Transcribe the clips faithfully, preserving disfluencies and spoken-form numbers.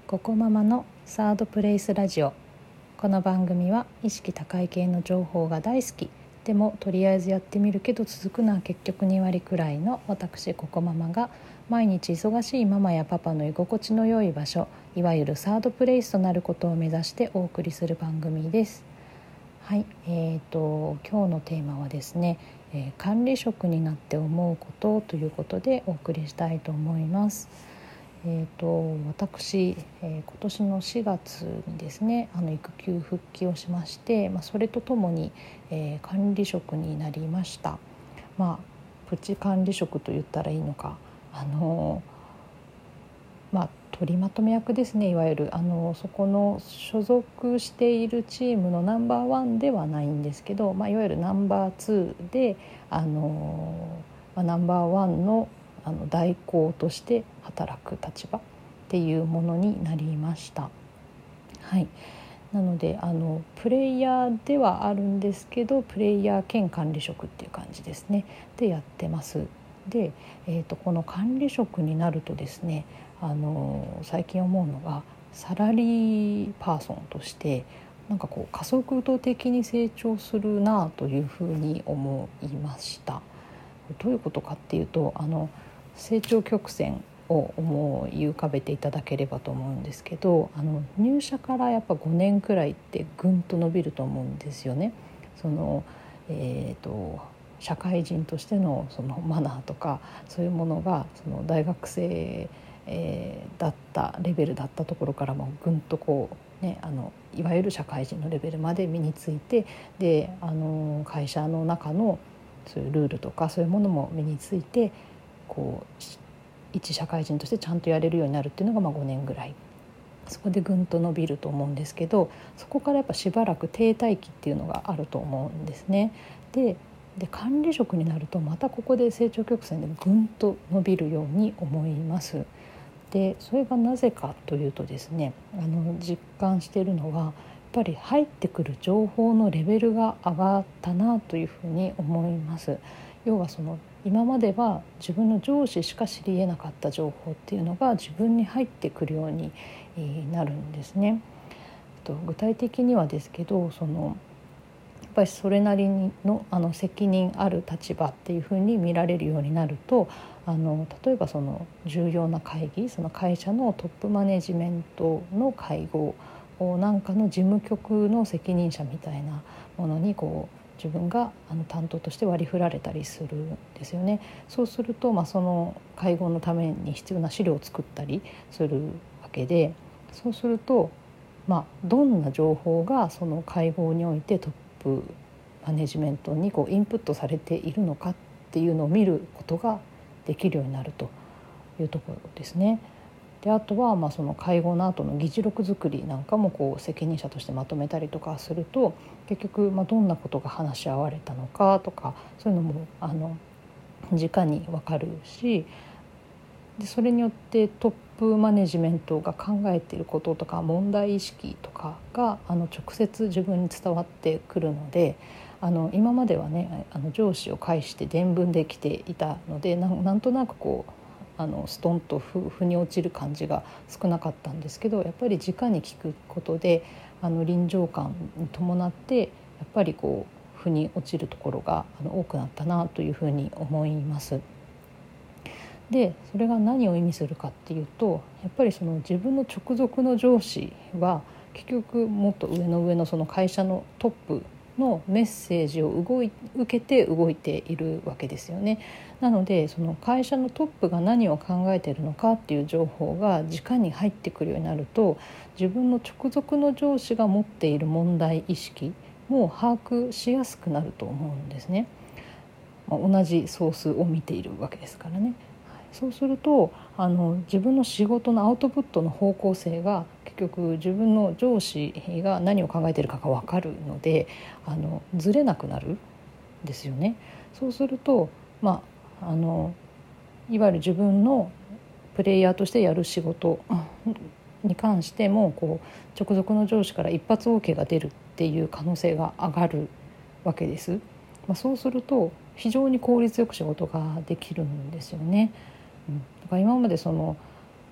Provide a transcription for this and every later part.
ココママのサードプレイスラジオ。この番組は意識高い系の情報が大好きでもとりあえずやってみるけど続くのは結局に割くらいの私ココママが毎日忙しいママやパパの居心地の良い場所、いわゆるサードプレイスとなることを目指してお送りする番組です。はい、えーと今日のテーマはですね、えー管理職になって思うことということでお送りしたいと思います。えー、と私、えー今年のしがつにですねあの育休復帰をしまして、まあ、それとともに、えー管理職になりました。まあプチ管理職と言ったらいいのか、あのまあ取りまとめ役ですね。いわゆるあのそこの所属しているチームのナンバーワンではないんですけど、まあ、いわゆるナンバーツーであの、まあ、ナンバーワンのあの代行として働く立場っていうものになりました。はい、なのであのプレイヤーではあるんですけど、プレイヤー兼管理職っていう感じですねでやってます。で、えー、とこの管理職になるとですね、あの最近思うのがサラリーパーソンとしてなんかこう加速度的に成長するなというふうに思いました。どういうことかっていうと、あの成長曲線を思い浮かべていただければと思うんですけど、あの入社からやっぱごねんくらいってぐんと伸びると思うんですよね。その、えーと、社会人としてのそのマナーとかそういうものがその大学生、えーだったレベルだったところからもぐんとこう、ね、あのいわゆる社会人のレベルまで身について、であの会社の中のそういうルールとかそういうものも身について、こう一社会人としてちゃんとやれるようになるっていうのがまあごねんぐらい、そこでぐんと伸びると思うんですけど、そこからやっぱしばらく停滞期っていうのがあると思うんですね。でで管理職になるとまたここで成長曲線でぐんと伸びるように思います。でそれがなぜかというとですね、あの実感しているのはやっぱり入ってくる情報のレベルが上がったなというふうに思います。要はその今までは自分の上司しか知り得なかった情報っていうのが自分に入ってくるようになるんですね。と具体的にはですけど、そのやっぱりそれなりの、あの責任ある立場っていうふうに見られるようになると、あの例えばその重要な会議、その会社のトップマネジメントの会合なんかの事務局の責任者みたいなものにこう自分があの担当として割り振られたりするんですよね。そうすると、まあ、その会合のために必要な資料を作ったりするわけで、そうすると、まあ、どんな情報がその会合においてトップマネジメントにこうインプットされているのかっていうのを見ることができるようになるというところですね。であとはまあその会合の後の議事録作りなんかもこう責任者としてまとめたりとかすると、結局まあどんなことが話し合われたのかとかそういうのもあの直に分かるし、でそれによってトップマネジメントが考えていることとか問題意識とかがあの直接自分に伝わってくるので、あの今まではねあの上司を介して伝聞できていたので な, なんとなくこうあのストンとふ腑に落ちる感じが少なかったんですけど、やっぱり直に聞くことであの臨場感に伴ってやっぱりこう腑に落ちるところがあの多くなったなというふうに思います。でそれが何を意味するかっていうと、やっぱりその自分の直属の上司は結局もっと上の上のその会社のトップのメッセージを動い受けて動いているわけですよね。なのでその会社のトップが何を考えているのかっていう情報が直に入ってくるようになると、自分の直属の上司が持っている問題意識も把握しやすくなると思うんですね。まあ同じソースを見ているわけですからね。そうするとあの自分の仕事のアウトプットの方向性が結局自分の上司が何を考えているかが分かるので、あのずれなくなるんですよね。そうすると、まあ、あのいわゆる自分のプレイヤーとしてやる仕事に関してもこう直属の上司から一発 OK が出るっていう可能性が上がるわけです。まあ、そうすると非常に効率よく仕事ができるんですよね。だから今までその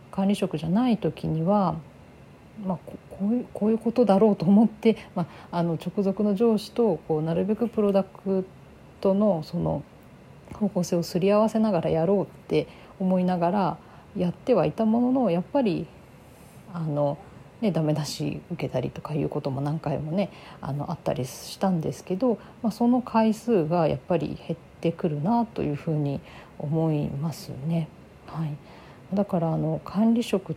管理職じゃない時には、まあ、ここういう、こういうことだろうと思って、まあ、あの直属の上司とこうなるべくプロダクトのその方向性をすり合わせながらやろうって思いながらやってはいたものの、やっぱりあの、ね、ダメ出し受けたりとかいうことも何回もねあのあったりしたんですけど、まあ、その回数がやっぱり減ってくるなというふうに思いますね。はい、だからあの管理職って、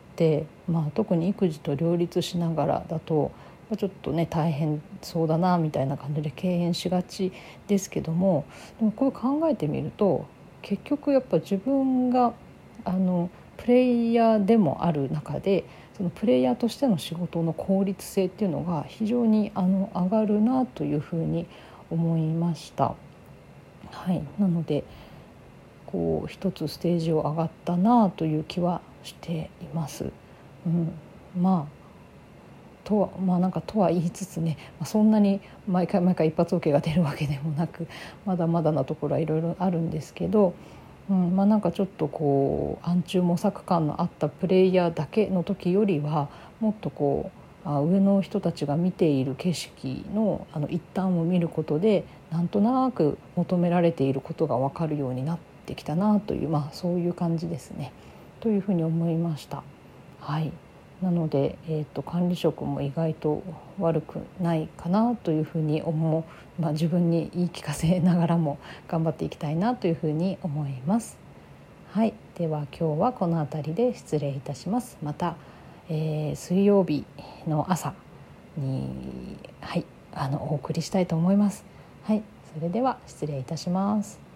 まあ、特に育児と両立しながらだとちょっとね大変そうだなみたいな感じで敬遠しがちですけども、でもこれ考えてみると結局やっぱ自分があのプレイヤーでもある中で、そのプレイヤーとしての仕事の効率性っていうのが非常にあの上がるなというふうに思いました。はい、なのでこう一つステージを上がったなという気はしています。うん、まあとはまあなんかとは言いつつね、そんなに毎回毎回一発 OK が出るわけでもなく、まだまだなところはいろいろあるんですけど、うんまあ、なんかちょっとこう暗中模索感のあったプレイヤーだけの時よりはもっとこうあ上の人たちが見ている景色のあの一端を見ることでなんとなく求められていることが分かるようになってきたなという、まあ、そういう感じですねというふうに思いました。はい、なので、えーと、管理職も意外と悪くないかなというふうに思う、まあ、自分に言い聞かせながらも頑張っていきたいなというふうに思います。はい、では今日はこの辺りで失礼いたします。また、えー、水曜日の朝に、はい、あのお送りしたいと思います。はい、それでは失礼いたします。